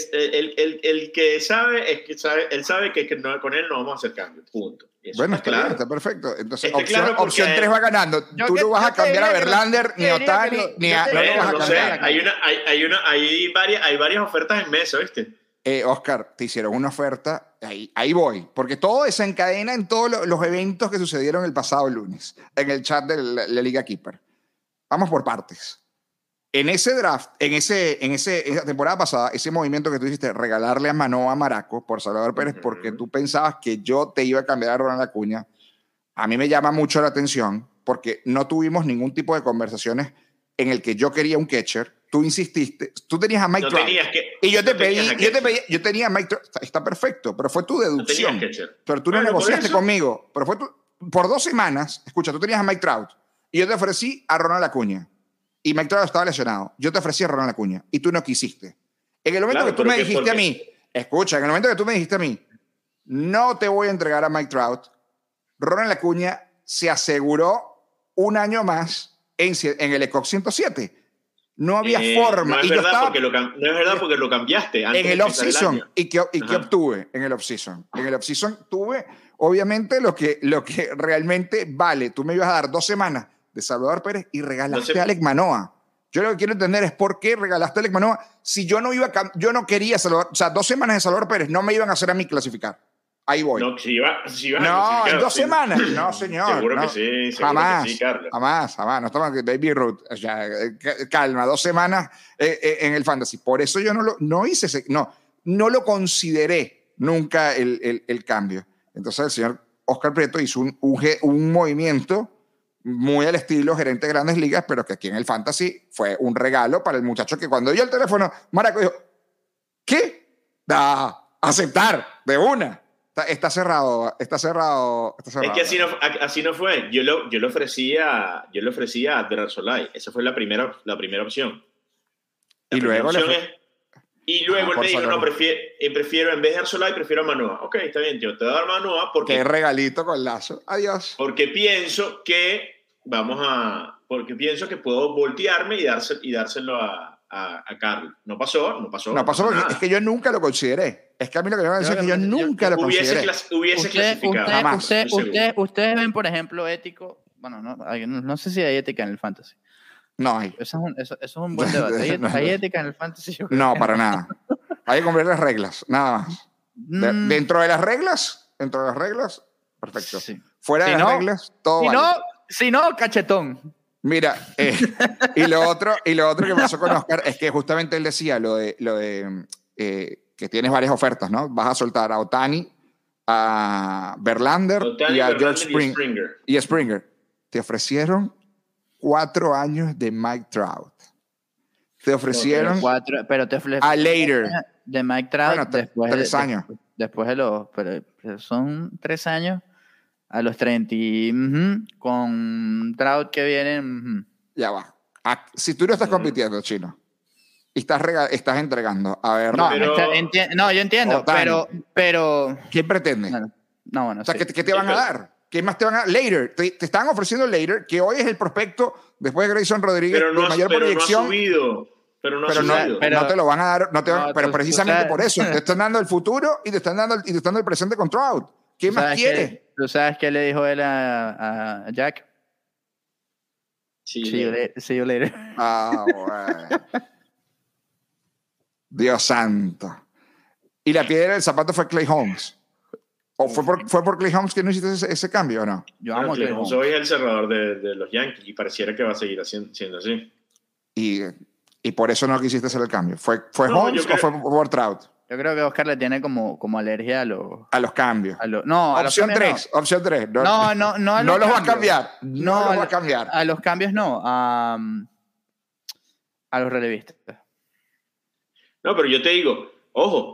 que él sabe que con él no vamos a hacer cambios. Punto. Bueno, está perfecto. Entonces, opción 3 va ganando. Tú no vas a cambiar a Verlander, ni a Otani, ni a... No sé, hay varias ofertas en mesa, ¿viste? Oscar, te hicieron una oferta, ahí voy, porque todo desencadena en todos los eventos que sucedieron el pasado lunes, en el chat de la Liga Keeper. Vamos por partes. En ese draft, en esa temporada pasada, ese movimiento que tú hiciste, regalarle a Manoah Maraco por Salvador Pérez, porque tú pensabas que yo te iba a cambiar a Ronald Acuña, a mí me llama mucho la atención, porque no tuvimos ningún tipo de conversaciones en el que yo quería un catcher. Tú insististe, tú tenías a Mike Trout. Y yo tenía a Mike Trout. Está perfecto, pero fue tu deducción. Pero tú no negociaste conmigo. Pero fue por 2 semanas, escucha, tú tenías a Mike Trout y yo te ofrecí a Ronald Acuña. Y Mike Trout estaba lesionado. Yo te ofrecí a Ronald Acuña y tú no quisiste. En el momento que tú me dijiste a mí, escucha, en el momento que tú me dijiste a mí, no te voy a entregar a Mike Trout, Ronald Acuña se aseguró un año más en el ECOC 107. No había forma. No es verdad porque lo cambiaste antes en el off-season. ¿Y qué obtuve en el off-season? En el off-season tuve, obviamente, lo que realmente vale. Tú me ibas a dar 2 semanas de Salvador Pérez y regalaste a Alek Manoah. Yo lo que quiero entender es por qué regalaste a Alek Manoah si yo no quería Salvador. O sea, 2 semanas de Salvador Pérez no me iban a hacer a mí clasificar. Ahí voy. No, si iba no, en 2 semanas. No, señor. Seguro que sí. Jamás, que sí, Carlos. Jamás. No estamos Baby Ruth. O sea, calma, 2 semanas en el fantasy. Por eso yo no lo consideré nunca el cambio. Entonces el señor Oscar Prieto hizo un movimiento muy al estilo gerente de Grandes Ligas, pero que aquí en el fantasy fue un regalo para el muchacho que cuando oyó el teléfono, Maraco dijo, ¿Qué? Aceptar, de una. Está cerrado. Es que así no fue. Yo le ofrecí a Admiral Solai. Esa fue la primera opción. Y luego él me dijo, no, prefiero en vez de Solai, prefiero a Manoa. Ok, está bien, yo te voy a dar Manoa porque... Qué regalito con Lazo. Adiós. Porque pienso que puedo voltearme y dárselo a Carlos. No pasó porque es que yo nunca lo consideré. Es que a mí lo que me va a decir es que yo nunca lo consideré. Hubiese clasificado. Ustedes ven, por ejemplo, ético. Bueno, no sé si hay ética en el fantasy. No hay. Eso es un buen debate. ¿Hay ética en el fantasy? No, para nada. Hay que cumplir las reglas, nada más. Dentro de las reglas, perfecto. Sí. Fuera de las reglas, todo vale. Si no, cachetón. Mira, y lo otro que pasó con Oscar es que justamente él decía lo de que tienes varias ofertas, ¿no? Vas a soltar a Ohtani, a Verlander y a George Springer. Y a Springer. Te ofrecieron 4 años de Mike Trout. Te ofrecieron a Later. De Mike Trout, bueno, después 3 años. Después de pero son 3 años a los 30 con Trout que vienen. Ya va. Si tú no estás compitiendo, Chino, y estás entregando, a ver. No, yo entiendo, pero ¿quién pretende? No, bueno. O sea, ¿qué te van a dar? ¿Qué más te van a dar? Later. Te están ofreciendo Later, que hoy es el prospecto, después de Grayson Rodríguez, de mayor proyección. Pero no te lo van a dar. Pero precisamente por eso. Te están dando el futuro y te están dando el presente con Trout. ¿Qué más quieres? ¿Tú sabes qué le dijo él a Jack? See you later. Bueno. Dios santo. Y la piedra del zapato fue Clay Holmes. ¿O fue por Clay Holmes que no hiciste ese cambio o no? Yo amo Clay Holmes. Hoy es el cerrador de los Yankees y pareciera que va a seguir siendo así. Y por eso no quisiste hacer el cambio. ¿Fue Holmes o fue por Trout? Yo creo que Oscar le tiene como alergia a los cambios. Opción 3. Opción 3. No los va a cambiar. No los va a cambiar. A los cambios no. A los relevistas. No, pero yo te digo, ojo,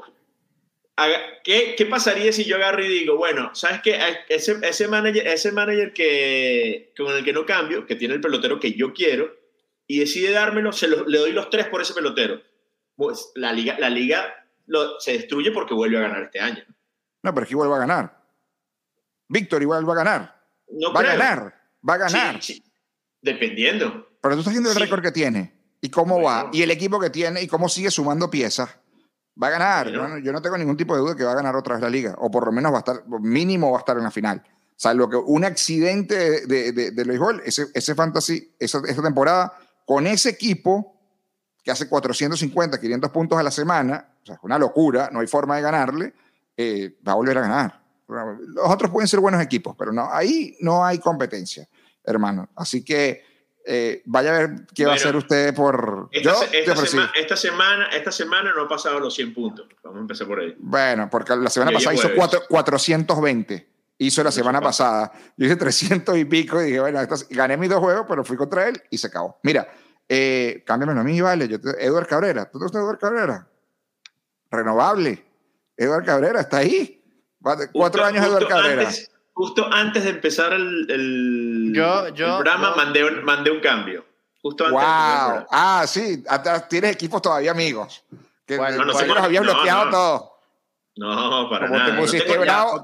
¿qué pasaría si yo agarro y digo, bueno, ¿sabes qué? Ese manager con el que no cambio, que tiene el pelotero que yo quiero, y decide dármelo, le doy los 3 por ese pelotero. Pues la liga se destruye porque vuelve a ganar este año. No, pero es que igual va a ganar. Víctor igual va a ganar. Va a ganar. Sí. Dependiendo. Pero tú estás viendo el récord que tiene y cómo va, y el equipo que tiene y cómo sigue sumando piezas. Va a ganar. Bueno. Yo no tengo ningún tipo de duda que va a ganar otra vez la liga, o por lo menos mínimo va a estar en la final. Salvo que un accidente de béisbol, ese fantasy, esa temporada, con ese equipo que hace 450, 500 puntos a la semana, o sea, es una locura, no hay forma de ganarle, va a volver a ganar. Los otros pueden ser buenos equipos, pero no, ahí no hay competencia, hermano. Así que vaya a ver qué va a hacer usted por... Esta semana no ha pasado los 100 puntos. Vamos a empezar por ahí. Bueno, porque la semana pasada hizo 420. Hizo la semana pasada. Yo hice 300 y pico y dije, bueno, gané mis 2 juegos, pero fui contra él y se acabó. Mira, cámbiamelo a mí, vale. Edward Cabrera. ¿Tú te gusta Edward Cabrera? Renovable. Edward Cabrera está ahí. 4 años Edward Cabrera. Justo antes de empezar el programa mandé un cambio. Justo antes wow. Sí. Tienes equipos todavía amigos. Que los habías bloqueado todos. No, para nada. Te pusiste bravo,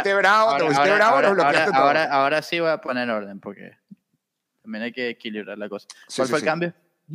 los bloqueaste todos. Ahora sí voy a poner orden porque también hay que equilibrar la cosa. ¿Cuál fue el cambio?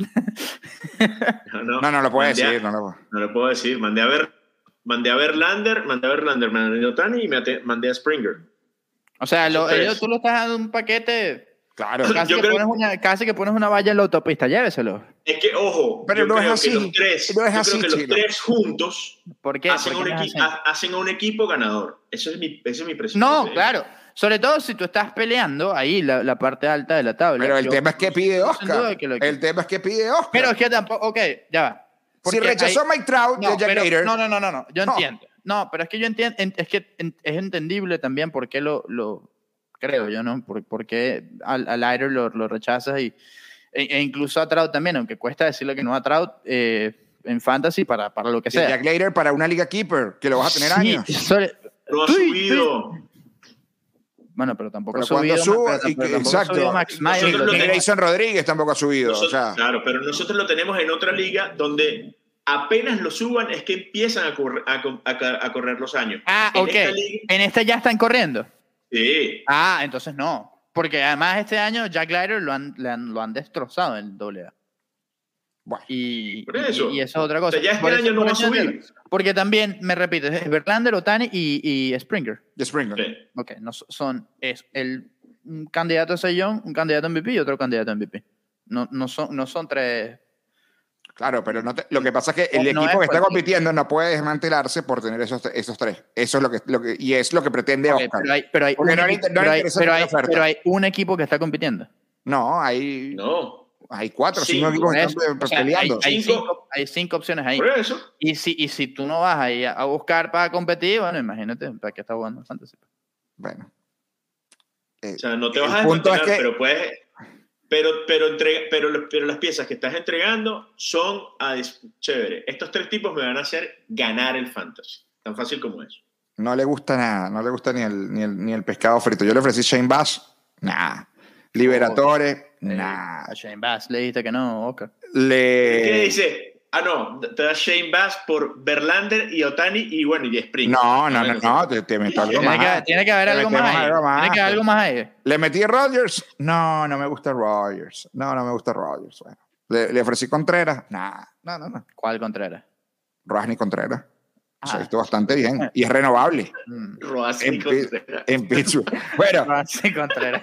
No lo puedo decir. No lo puedo decir. Mandé a Verlander, mandé a Ohtani y mandé a Springer. O sea, tú lo estás dando un paquete. Claro. Casi que pones una valla en la autopista, lléveselo. Es que, ojo, pero no es así. Creo que los 3 juntos hacen un equipo ganador. Ese es mi presupuesto. No, claro. Sobre todo si tú estás peleando ahí la parte alta de la tabla. Pero el tema es que pide Oscar. Pero es que tampoco... Ok, ya va. Si rechazó Mike Trout de Jack Leiter... No. Yo entiendo. No, pero es que yo entiendo... Es que es entendible también por qué lo creo yo, ¿no? Por qué al Leiter lo rechazas e incluso a Trout también, aunque cuesta decirle que no a Trout, en Fantasy para lo que sea. Jack Leiter para una liga keeper, que lo vas a tener años. No ha subido. Bueno, pero tampoco pero ha subido. Exacto. Max Meyer. Ni Grayson Rodríguez tampoco ha subido. Claro, pero nosotros lo tenemos en otra liga donde apenas lo suban es que empiezan a correr los años. Ok. ¿En esta ya están corriendo? Sí. Entonces no. Porque además este año Jack Leiter lo han destrozado en AA. Bueno, y eso es otra cosa. O sea, ya este año no va a subir. Porque también, me repito, es Verlander, Ohtani y Springer. Springer. Sí. Ok, es un candidato a Cy-Young, un candidato a MVP y otro candidato a MVP. No son tres. Claro, pero lo que pasa es que el equipo que está compitiendo no puede desmantelarse por tener esos tres. Eso es lo que y es lo que pretende Oscar. Pero hay un equipo que está compitiendo. No, hay 4 o 5 equipos que están peleando. Hay 5 opciones ahí. Por eso. Y si tú no vas ahí a buscar para competir, bueno, imagínate para qué estás jugando Fantasy. Bueno. O sea, no te vas a desmantelar, pero puedes. Pero las piezas que estás entregando son chévere. Estos 3 tipos me van a hacer ganar el Fantasy. Tan fácil como eso. No le gusta nada. No le gusta ni el pescado frito. Yo le ofrecí Shane Bass. Nada. Liberatore. Nada. A Shane Bass le dijiste que no, Oscar. ¿Qué dice? No, te da Shane Bass por Verlander y Ohtani y de Springer. No, te meto algo más. Tiene que haber algo más ahí. Tiene que haber algo más ahí. ¿Le metí Rodgers? No me gusta Rodgers. No me gusta Rodgers. Bueno. ¿Le ofrecí Contreras? No. ¿Cuál Contreras? Rodney Contreras. Se ha visto bastante bien. Y es renovable. En Pittsburgh. Bueno. Contreras.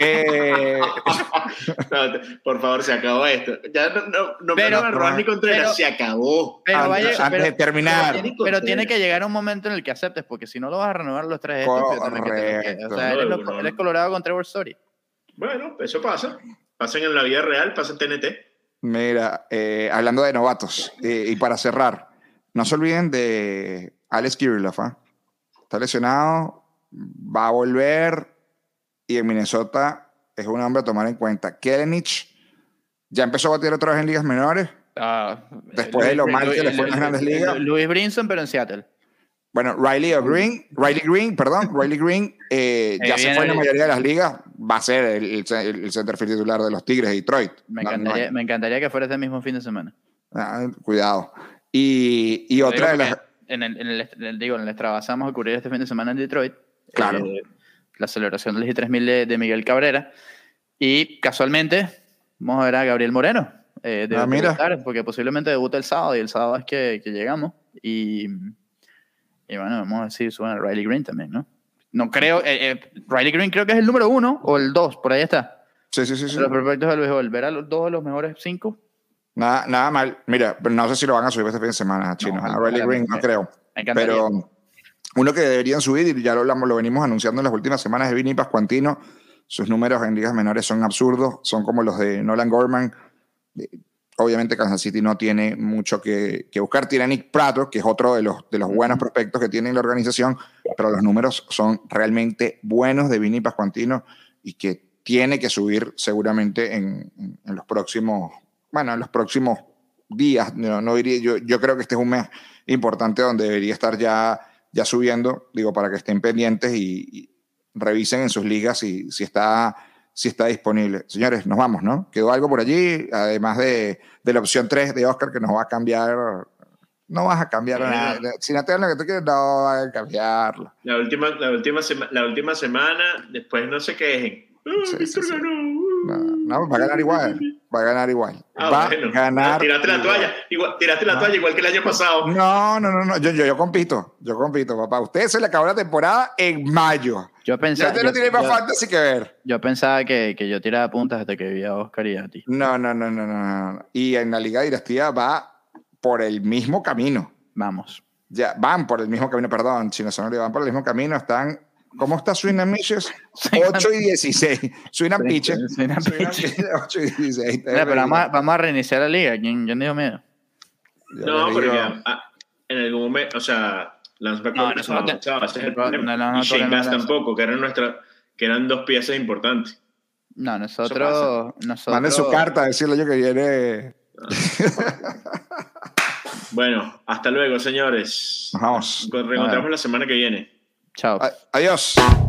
Por favor, se acabó esto. Ya no Rodney Contreras, se acabó. Antes de terminar. Pero tiene que llegar un momento en el que aceptes, porque si no lo vas a renovar los 3 estos. O sea, eres Colorado con Trevor Story. Bueno, eso pasa. Pasen en la vida real, pasa en TNT. Mira, hablando de novatos, y para cerrar, no se olviden de Alex Kirilloff. Está lesionado, va a volver, y en Minnesota es un hombre a tomar en cuenta. Kelenic ya empezó a batir otra vez en ligas menores, después de lo mal que le fue en las grandes ligas. Luis Brinson, pero en Seattle. Bueno, Riley Green ya se fue en la mayoría de las ligas, va a ser el centerfield titular de los Tigres de Detroit. Me encantaría que fuera este mismo fin de semana. Cuidado. Y otra de las... En el Strava vamos a cubrir este fin de semana en Detroit. Claro. La celebración del G3000 de Miguel Cabrera. Y casualmente vamos a ver a Gabriel Moreno. Debutar, porque posiblemente debuta el sábado, y el sábado es que llegamos. Y bueno, vamos a ver si suena Riley Green también, ¿no? No creo... Riley Green creo que es el número 1 o el 2, por ahí está. Sí. Los perfectos del béisbol. Ver a los 2 de los mejores 5. Nada mal. Mira, no sé si lo van a subir este fin de semana, Chino. A Riley Green no creo. Pero uno que deberían subir, y ya lo venimos anunciando en las últimas semanas, es Vinny Pascuantino. Sus números en ligas menores son absurdos, son como los de Nolan Gorman. Obviamente Kansas City no tiene mucho que buscar. Tiene a Nick Pratto, que es otro de los buenos prospectos que tiene la organización, pero los números son realmente buenos de Vinny Pascuantino, y que tiene que subir seguramente en los próximos días. No diría, yo creo que este es un mes importante donde debería estar ya subiendo, para que estén pendientes y revisen en sus ligas si está disponible. Señores, nos vamos, ¿no? Quedó algo por allí, además de la opción 3 de Oscar, que nos va a cambiar. No vas a cambiar nada. Si no te dan lo que tú quieres, no vas a cambiarlo. La última semana, después no se quejen. Víctor ganó. No, va a ganar igual. Va a ganar igual. Tiraste la toalla. Igual que el año pasado. No. Yo compito, papá. Usted se le acabó la temporada en mayo. Yo pensaba. Ya no tiene más fantasy que ver. Yo pensaba que yo tiraba puntas hasta que vi a Oscar y a ti. No. Y en la Liga de Dinastía va por el mismo camino. Vamos. Ya, van por el mismo camino, perdón, Chino Sonorio, van por el mismo camino. Están. ¿Cómo está Swing and Pitches? 8 y 16. Swing and Pitches. 8 y 16. Pero vamos a reiniciar la liga. ¿Quién dijo miedo? No, pero en algún momento, o sea, Lance McCullers y Shane Bass tampoco, que eran 2 piezas importantes. No, nosotros... Mande su carta a decirle yo que viene... Bueno, hasta luego, señores. Nos vamos. Nos reencontramos la semana que viene. Chao. Adiós.